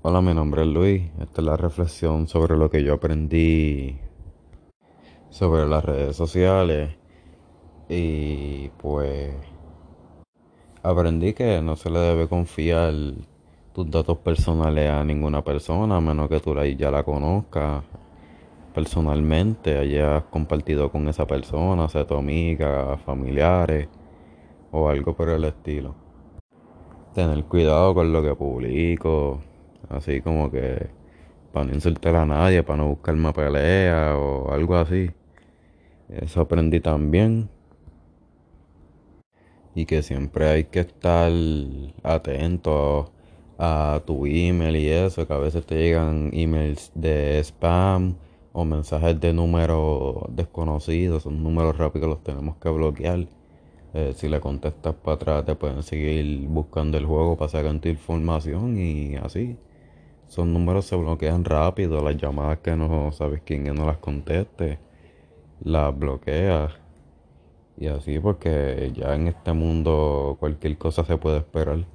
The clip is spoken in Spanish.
Hola, mi nombre es Luis. Esta es la reflexión sobre lo que yo aprendí sobre las redes sociales. Y pues aprendí que no se le debe confiar tus datos personales a ninguna persona, a menos que ya la conozcas personalmente, hayas compartido con esa persona, sea tu amiga, familiares o algo por el estilo. Tener cuidado con lo que publico, así como que para no insultar a nadie, para no buscarme pelea o algo así. Eso aprendí también. Y que siempre hay que estar atento a tu email y eso, que a veces te llegan emails de spam o mensajes de números desconocidos, son números rápidos, los tenemos que bloquear. Si le contestas para atrás te pueden seguir buscando el juego para sacar tu información y así. Son números se bloquean rápido, las llamadas que no sabes quién es, no las conteste, las bloqueas y así porque ya en este mundo cualquier cosa se puede esperar.